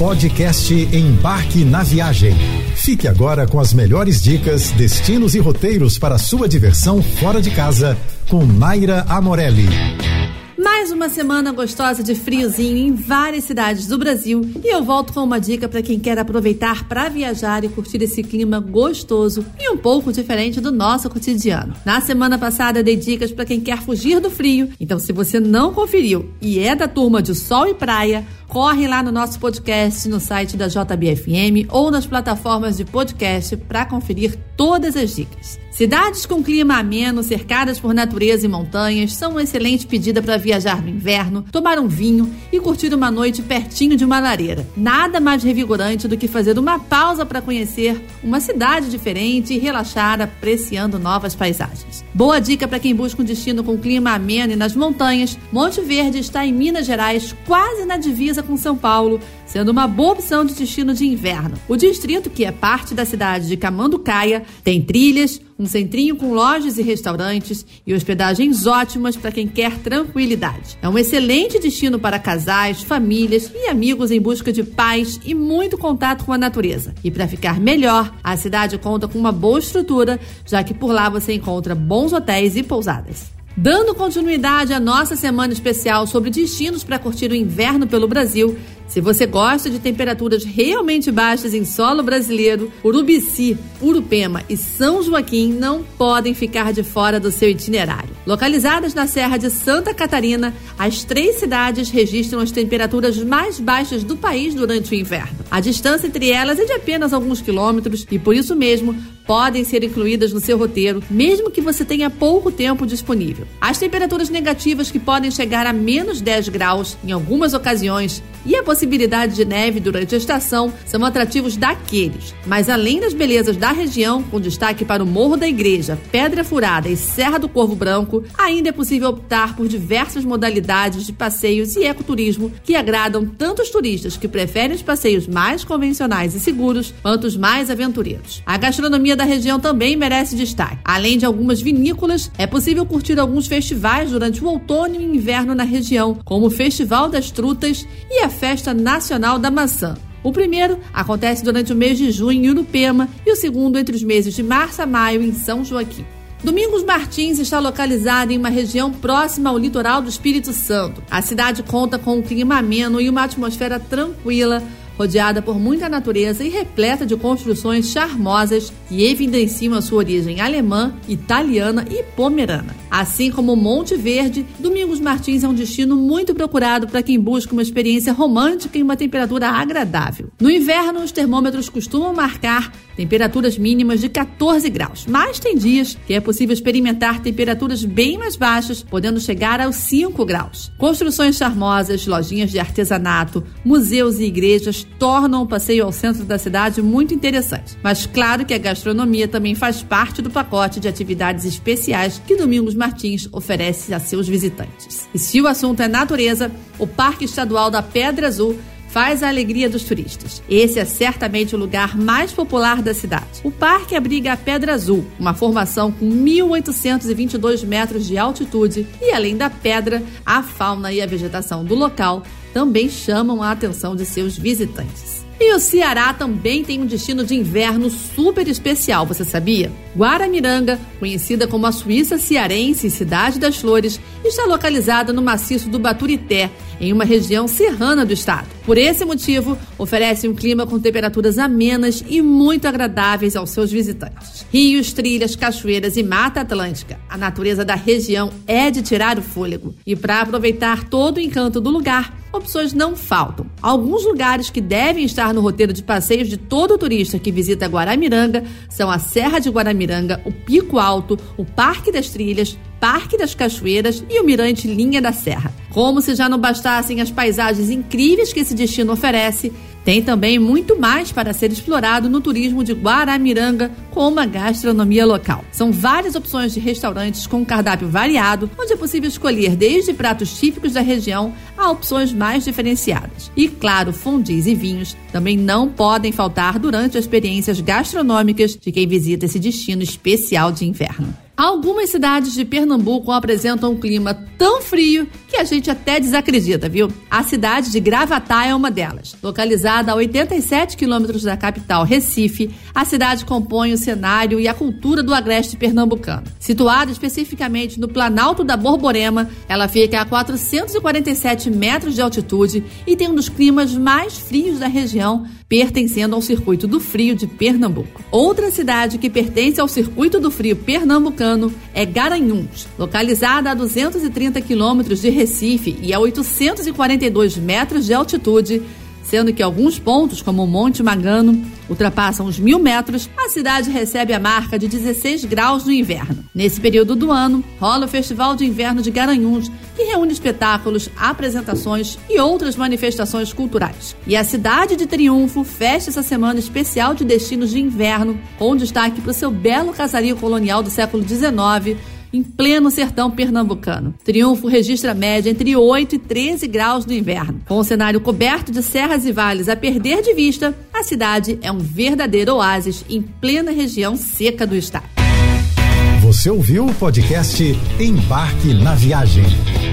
Podcast Embarque na Viagem. Fique agora com as melhores dicas, destinos e roteiros para sua diversão fora de casa com Naira Amorelli. Mais uma semana gostosa de friozinho em várias cidades do Brasil e eu volto com uma dica para quem quer aproveitar para viajar e curtir esse clima gostoso e um pouco diferente do nosso cotidiano. Na semana passada eu dei dicas para quem quer fugir do frio, então se você não conferiu e é da turma de sol e praia, corre lá no nosso podcast no site da JBFM ou nas plataformas de podcast para conferir todas as dicas. Cidades com clima ameno, cercadas por natureza e montanhas, são uma excelente pedida para viajar no inverno, tomar um vinho e curtir uma noite pertinho de uma lareira. Nada mais revigorante do que fazer uma pausa para conhecer uma cidade diferente e relaxar apreciando novas paisagens. Boa dica para quem busca um destino com clima ameno e nas montanhas. Monte Verde está em Minas Gerais, quase na divisa com São Paulo, sendo uma boa opção de destino de inverno. O distrito, que é parte da cidade de Camanducaia, tem trilhas, um centrinho com lojas e restaurantes e hospedagens ótimas para quem quer tranquilidade. É um excelente destino para casais, famílias e amigos em busca de paz e muito contato com a natureza. E para ficar melhor, a cidade conta com uma boa estrutura, já que por lá você encontra bons hotéis e pousadas. Dando continuidade à nossa semana especial sobre destinos para curtir o inverno pelo Brasil, se você gosta de temperaturas realmente baixas em solo brasileiro, Urubici, Urupema e São Joaquim não podem ficar de fora do seu itinerário. Localizadas na Serra de Santa Catarina, as 3 cidades registram as temperaturas mais baixas do país durante o inverno. A distância entre elas é de apenas alguns quilômetros e, por isso mesmo, podem ser incluídas no seu roteiro, mesmo que você tenha pouco tempo disponível. As temperaturas negativas, que podem chegar a menos 10 graus em algumas ocasiões, e a possibilidade de neve durante a estação são atrativos daqueles. Mas além das belezas da região, com destaque para o Morro da Igreja, Pedra Furada e Serra do Corvo Branco, ainda é possível optar por diversas modalidades de passeios e ecoturismo que agradam tanto os turistas que preferem os passeios mais convencionais e seguros, quanto os mais aventureiros. A gastronomia da região também merece destaque. Além de algumas vinícolas, é possível curtir alguns festivais durante o outono e inverno na região, como o Festival das Trutas e a Festa Nacional da Maçã. O primeiro acontece durante o mês de junho em Urupema e o segundo entre os meses de março a maio em São Joaquim. Domingos Martins está localizada em uma região próxima ao litoral do Espírito Santo. A cidade conta com um clima ameno e uma atmosfera tranquila, rodeada por muita natureza e repleta de construções charmosas que evidenciam a sua origem alemã, italiana e pomerana. Assim como Monte Verde, Domingos Martins é um destino muito procurado para quem busca uma experiência romântica e uma temperatura agradável. No inverno, os termômetros costumam marcar temperaturas mínimas de 14 graus, mas tem dias que é possível experimentar temperaturas bem mais baixas, podendo chegar aos 5 graus. Construções charmosas, lojinhas de artesanato, museus e igrejas tornam o passeio ao centro da cidade muito interessante. Mas claro que a gastronomia também faz parte do pacote de atividades especiais que Domingos Martins oferece a seus visitantes. E se o assunto é natureza, o Parque Estadual da Pedra Azul faz a alegria dos turistas. Esse é certamente o lugar mais popular da cidade. O parque abriga a Pedra Azul, uma formação com 1.822 metros de altitude, e além da pedra, a fauna e a vegetação do local também chamam a atenção de seus visitantes. E o Ceará também tem um destino de inverno super especial, você sabia? Guaramiranga, conhecida como a Suíça cearense e Cidade das Flores, está localizada no maciço do Baturité, em uma região serrana do estado. Por esse motivo, oferece um clima com temperaturas amenas e muito agradáveis aos seus visitantes. Rios, trilhas, cachoeiras e mata atlântica. A natureza da região é de tirar o fôlego. E para aproveitar todo o encanto do lugar, opções não faltam. Alguns lugares que devem estar no roteiro de passeios de todo turista que visita Guaramiranga são a Serra de Guaramiranga, o Pico Alto, o Parque das Trilhas, Parque das Cachoeiras e o Mirante Linha da Serra. Como se já não bastassem as paisagens incríveis que esse destino oferece, tem também muito mais para ser explorado no turismo de Guaramiranga, como a gastronomia local. São várias opções de restaurantes com um cardápio variado, onde é possível escolher desde pratos típicos da região a opções mais diferenciadas. E claro, fondis e vinhos também não podem faltar durante as experiências gastronômicas de quem visita esse destino especial de inverno. Algumas cidades de Pernambuco apresentam um clima tão frio que a gente até desacredita, viu? A cidade de Gravatá é uma delas. Localizada a 87 quilômetros da capital, Recife, a cidade compõe o cenário e a cultura do agreste pernambucano. Situada especificamente no Planalto da Borborema, ela fica a 447 metros de altitude e tem um dos climas mais frios da região, pertencendo ao Circuito do Frio de Pernambuco. Outra cidade que pertence ao Circuito do Frio pernambucano é Garanhuns, localizada a 230 quilômetros de Recife e a 842 metros de altitude, sendo que alguns pontos, como o Monte Magano, ultrapassam os 1.000 metros, a cidade recebe a marca de 16 graus no inverno. Nesse período do ano, rola o Festival de Inverno de Garanhuns, que reúne espetáculos, apresentações e outras manifestações culturais. E a cidade de Triunfo fecha essa semana especial de destinos de inverno, com destaque para o seu belo casario colonial do século XIX, em pleno sertão pernambucano. Triunfo registra média entre 8 e 13 graus no inverno. Com o cenário coberto de serras e vales a perder de vista, a cidade é um verdadeiro oásis em plena região seca do estado. Você ouviu o podcast Embarque na Viagem.